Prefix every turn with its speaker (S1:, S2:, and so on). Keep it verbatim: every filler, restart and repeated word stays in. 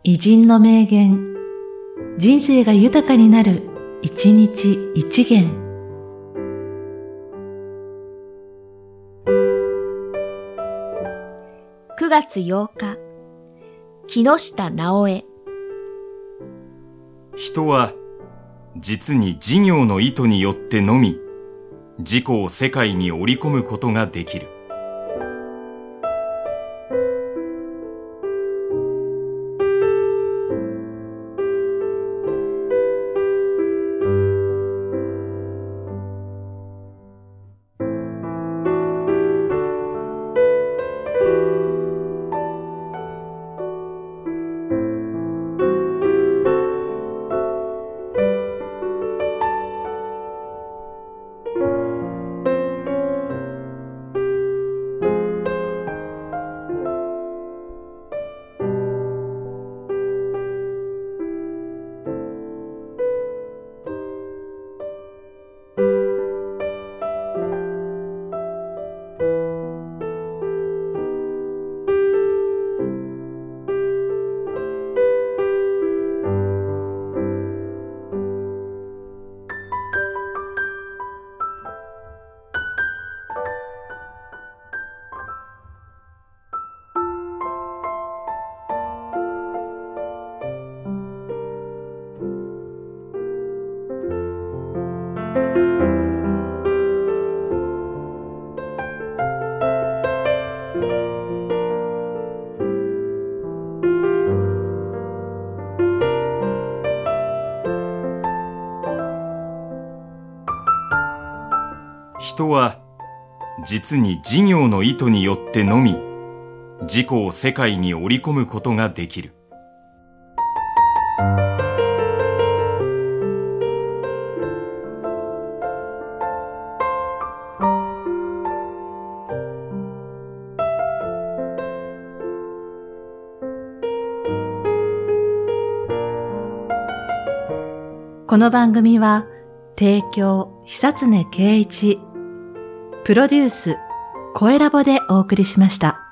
S1: 偉人の名言、人生が豊かになる、一日一元。
S2: くがつようか、木下直江。
S3: 人は実に事業の意図によってのみ自己を世界に織り込むことができる。人は実に事業の意図によってのみ自己を世界に織り込むことができる。
S1: この番組は提供久常圭一、プロデュース声ラボでお送りしました。